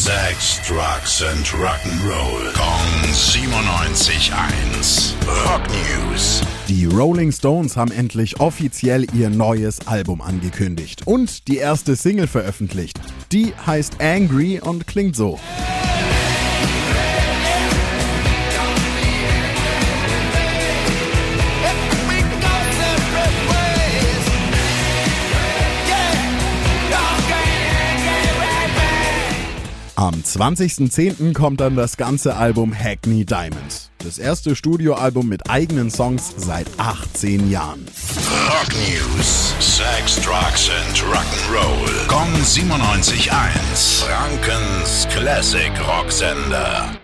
Sex, Drugs and Rock'n'Roll. Kong 97.1. Rock News. Die Rolling Stones haben endlich offiziell ihr neues Album angekündigt und die erste Single veröffentlicht. Die heißt Angry und klingt so. Am 20.10. kommt dann das ganze Album Hackney Diamonds. Das erste Studioalbum mit eigenen Songs seit 18 Jahren. Rock News. Sex, Drugs and Rock'n'Roll. Kong 97.1. Frankens Classic Rocksender.